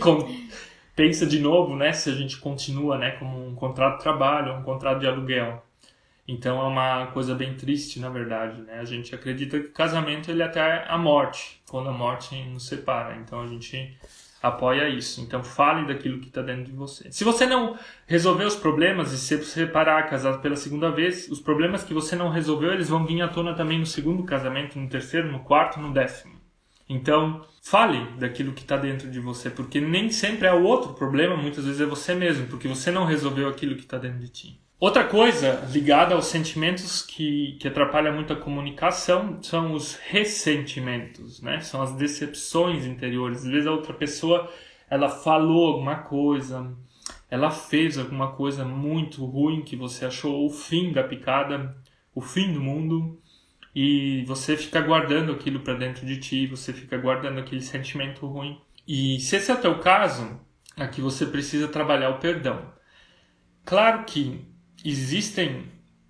pensa de novo, né, se a gente continua, né, como um contrato de trabalho, um contrato de aluguel. Então é uma coisa bem triste, na verdade, né? A gente acredita que o casamento ele é até a morte, quando a morte nos separa. Então a gente apoia isso. Então fale daquilo que está dentro de você. Se você não resolver os problemas e se separar, casado pela segunda vez, os problemas que você não resolveu, eles vão vir à tona também no segundo casamento, no terceiro, no quarto, no décimo. Então, fale daquilo que está dentro de você, porque nem sempre é o outro problema, muitas vezes é você mesmo, porque você não resolveu aquilo que está dentro de ti. Outra coisa ligada aos sentimentos que, que atrapalha muito a comunicação são os ressentimentos, né? São as decepções interiores. Às vezes a outra pessoa, ela falou alguma coisa, ela fez alguma coisa muito ruim que você achou o fim da picada, o fim do mundo. E você fica guardando aquilo para dentro de ti, você fica guardando aquele sentimento ruim. E se esse é o teu caso, aqui você precisa trabalhar o perdão. Claro que existem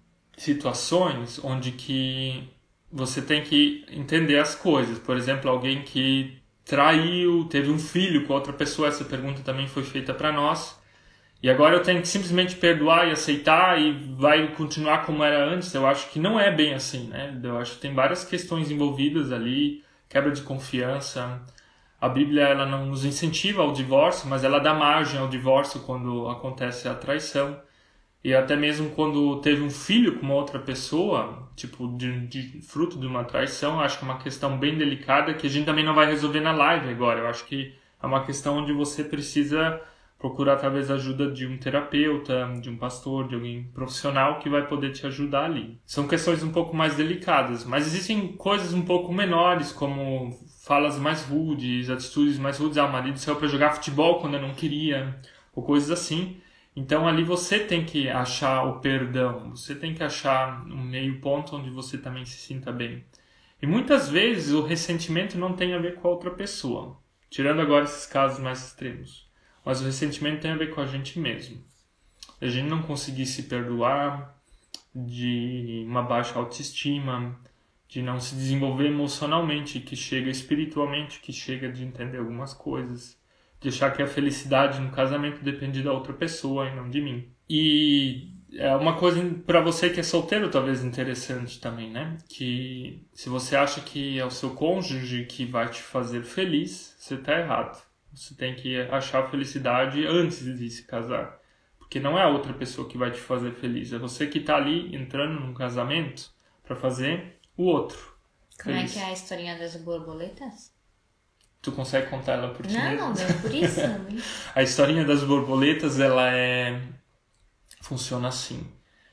situações onde que você tem que entender as coisas. Por exemplo, alguém que traiu, teve um filho com outra pessoa, essa pergunta também foi feita para nós. E agora eu tenho que simplesmente perdoar e aceitar e vai continuar como era antes. Eu acho que não é bem assim, né? Eu acho que tem várias questões envolvidas ali, quebra de confiança. A Bíblia ela não nos incentiva ao divórcio, mas ela dá margem ao divórcio quando acontece a traição. E até mesmo quando teve um filho com uma outra pessoa, tipo, de, de fruto de uma traição, eu acho que é uma questão bem delicada que a gente também não vai resolver na live agora. Eu acho que É uma questão onde você precisa procurar talvez a ajuda de um terapeuta, de um pastor, de alguém profissional que vai poder te ajudar ali. São questões um pouco mais delicadas, mas existem coisas um pouco menores, como falas mais rudes, atitudes mais rudes. Ah, o marido saiu para jogar futebol quando eu não queria, ou coisas assim. Então ali você tem que achar o perdão, você tem que achar um meio ponto onde você também se sinta bem. E muitas vezes o ressentimento não tem a ver com a outra pessoa, tirando agora esses casos mais extremos. Mas o ressentimento tem a ver com a gente mesmo. A gente não conseguir se perdoar, de uma baixa autoestima, de não se desenvolver emocionalmente, que chega espiritualmente, que chega de entender algumas coisas, de achar que a felicidade no casamento depende da outra pessoa e não de mim. E é uma coisa para você que é solteiro talvez interessante também, né? Que se você acha que é o seu cônjuge que vai te fazer feliz, você está errado. Você tem que achar a felicidade antes de se casar. Porque não é a outra pessoa que vai te fazer feliz. É você que está ali entrando num casamento para fazer o outro Como feliz. é que é a historinha das borboletas? Tu consegue contar ela por ti Não, mesmo? não, não é por isso. A historinha das borboletas, ela é... funciona assim.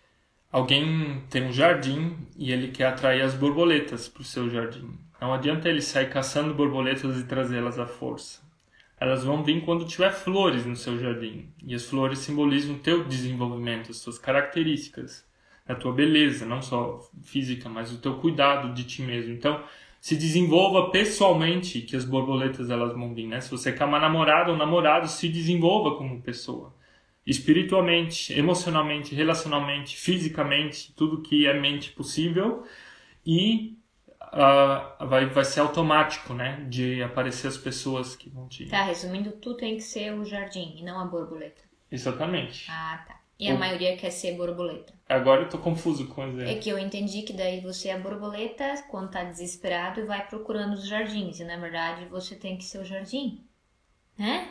Alguém tem um jardim e ele quer atrair as borboletas para o seu jardim. Não adianta ele sair caçando borboletas e trazê-las à força. Elas vão vir quando tiver flores no seu jardim. E as flores simbolizam o teu desenvolvimento, as suas características, a tua beleza, não só física, mas o teu cuidado de ti mesmo. Então, se desenvolva pessoalmente, que as borboletas elas vão vir, né? Se você quer uma namorada ou namorado, se desenvolva como pessoa. Espiritualmente, emocionalmente, relacionalmente, fisicamente, tudo que é mente possível. E Uh, vai, vai ser automático, né? De aparecer as pessoas que vão te... Tá, resumindo, tu tem que ser o jardim e não a borboleta. Exatamente. Ah, tá. E a O... maioria quer ser borboleta. Agora eu tô confuso com isso. É que eu entendi que daí você é a borboleta quando tá desesperado e vai procurando os jardins. E na verdade você tem que ser o jardim. Né?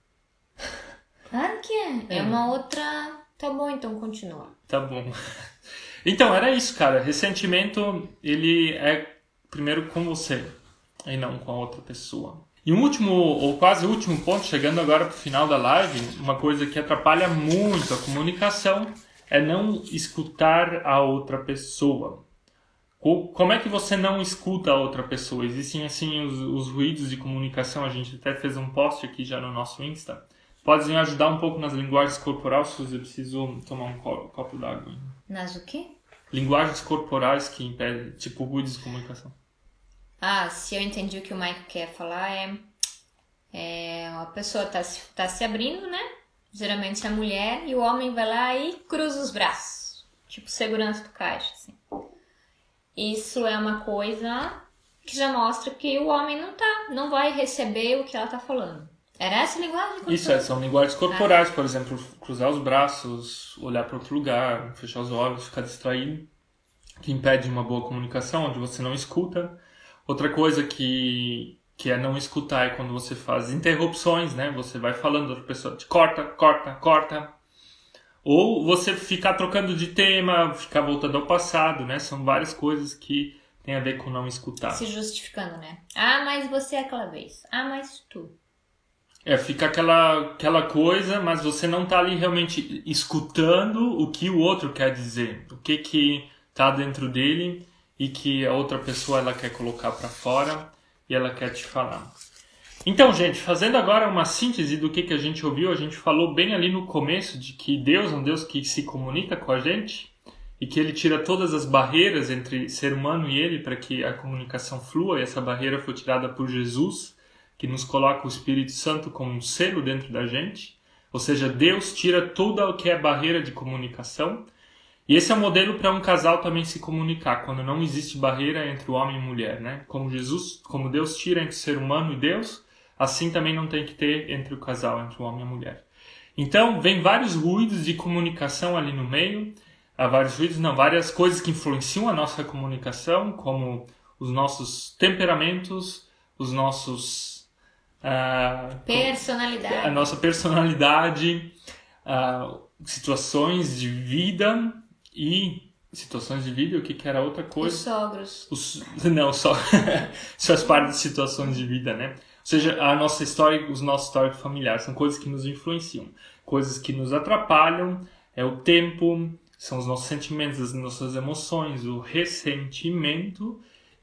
Claro que é. É, é uma outra... Tá bom, então continua. Tá bom. Então, era isso, cara. Ressentimento, ele é primeiro com você e não com a outra pessoa. E um último, ou quase último ponto, chegando agora pro final da live, uma coisa que atrapalha muito a comunicação é não escutar a outra pessoa. Como é que você não escuta a outra pessoa? Existem, assim, os, os ruídos de comunicação. A gente até fez um post aqui já no nosso Insta. Podem ajudar um pouco nas linguagens corporais, se eu preciso tomar um copo, copo d'água. Nas o quê? Linguagens corporais que impedem, tipo, ruídos de comunicação. Ah, se eu entendi o que o Mike quer falar, é... é a pessoa tá se, tá se abrindo, né? Geralmente é a mulher, e o homem vai lá e cruza os braços. Tipo, segurança do caixa, assim. Isso é uma coisa que já mostra que o homem não tá, não vai receber o que ela tá falando. Era essa a linguagem corporal? Isso, é, são linguagens corporais, ah. Por exemplo, cruzar os braços, olhar para outro lugar, fechar os olhos, ficar distraído, que impede uma boa comunicação, onde você não escuta. Outra coisa que, que é não escutar é quando você faz interrupções, né? Você vai falando, outra pessoa te corta, corta, corta. Ou você ficar trocando de tema, ficar voltando ao passado, né? São várias coisas que tem a ver com não escutar. Se justificando, né? Ah, mas você é aquela vez. Ah, mas tu... É, fica aquela, aquela coisa, mas você não está ali realmente escutando o que o outro quer dizer. O que que está dentro dele e que a outra pessoa ela quer colocar para fora e ela quer te falar. Então, gente, fazendo agora uma síntese do que, que a gente ouviu, a gente falou bem ali no começo de que Deus é um Deus que se comunica com a gente e que Ele tira todas as barreiras entre ser humano e Ele para que a comunicação flua, e essa barreira foi tirada por Jesus, que nos coloca o Espírito Santo como um selo dentro da gente. Ou seja, Deus tira tudo o que é barreira de comunicação. E esse é o modelo para um casal também se comunicar, quando não existe barreira entre o homem e a mulher, né? Como Jesus, como Deus tira entre o ser humano e Deus, assim também não tem que ter entre o casal, entre o homem e a mulher. Então, vem vários ruídos de comunicação ali no meio. Há vários ruídos, não, várias coisas que influenciam a nossa comunicação, como os nossos temperamentos, os nossos... Uh, personalidade. A nossa personalidade, uh, situações de vida e situações de vida, o que, que era outra coisa? Os sogros. Os, não, só, só as partes de situações de vida, né? seja, a nossa história, os nossos históricos familiares, são coisas que nos influenciam, coisas que nos atrapalham, é o tempo, são os nossos sentimentos, as nossas emoções, o ressentimento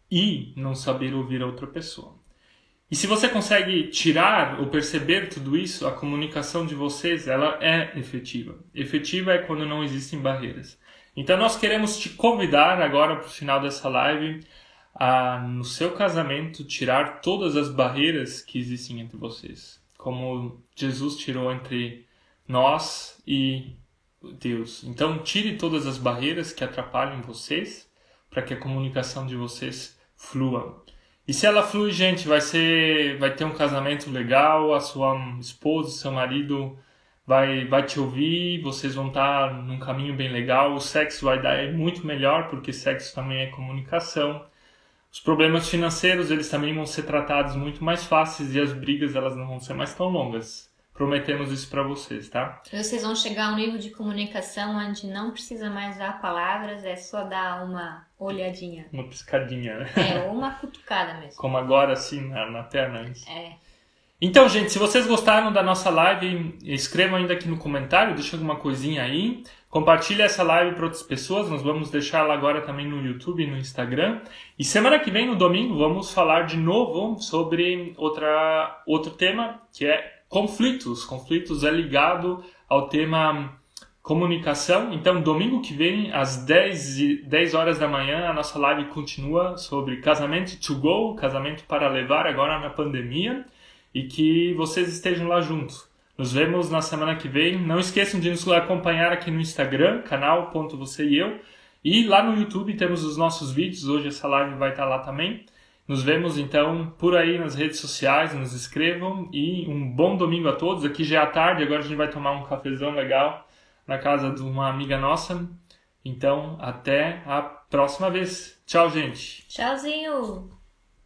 e não saber ouvir a outra pessoa. E se você consegue tirar ou perceber tudo isso, a comunicação de vocês, ela é efetiva. Efetiva é quando não existem barreiras. Então nós queremos te convidar agora para o final dessa live a, no seu casamento, tirar todas as barreiras que existem entre vocês. Como Jesus tirou entre nós e Deus. Então tire todas as barreiras que atrapalham vocês para que a comunicação de vocês flua. E se ela flui, gente, vai ser, vai ter um casamento legal, a sua esposa, seu marido vai, vai te ouvir, vocês vão estar num caminho bem legal, o sexo vai dar muito melhor, porque sexo também é comunicação. Os problemas financeiros, eles também vão ser tratados muito mais fáceis e as brigas, elas não vão ser mais tão longas. Prometemos isso para vocês, tá? Vocês vão chegar a um nível de comunicação onde não precisa mais dar palavras, é só dar uma olhadinha. Uma piscadinha, né? É, ou uma cutucada mesmo. Como agora, assim, na, na perna. Isso. É. Então, gente, se vocês gostaram da nossa live, escrevam ainda aqui no comentário, deixa alguma coisinha aí. Compartilha essa live para outras pessoas, nós vamos deixar ela agora também no YouTube e no Instagram. E semana que vem, no domingo, vamos falar de novo sobre outra, outro tema, que é conflitos. Conflitos é ligado ao tema comunicação. Então, domingo que vem, às dez horas da manhã, a nossa live continua sobre casamento to go, casamento para levar agora na pandemia, e que vocês estejam lá juntos. Nos vemos na semana que vem. Não esqueçam de nos acompanhar aqui no Instagram, canal ponto você e eu. E lá no YouTube temos os nossos vídeos. Hoje essa live vai estar lá também. Nos vemos então por aí nas redes sociais. Nos inscrevam e um bom domingo a todos. Aqui já é tarde, agora a gente vai tomar um cafezão legal na casa de uma amiga nossa. Então, até a próxima vez. Tchau, gente. Tchauzinho.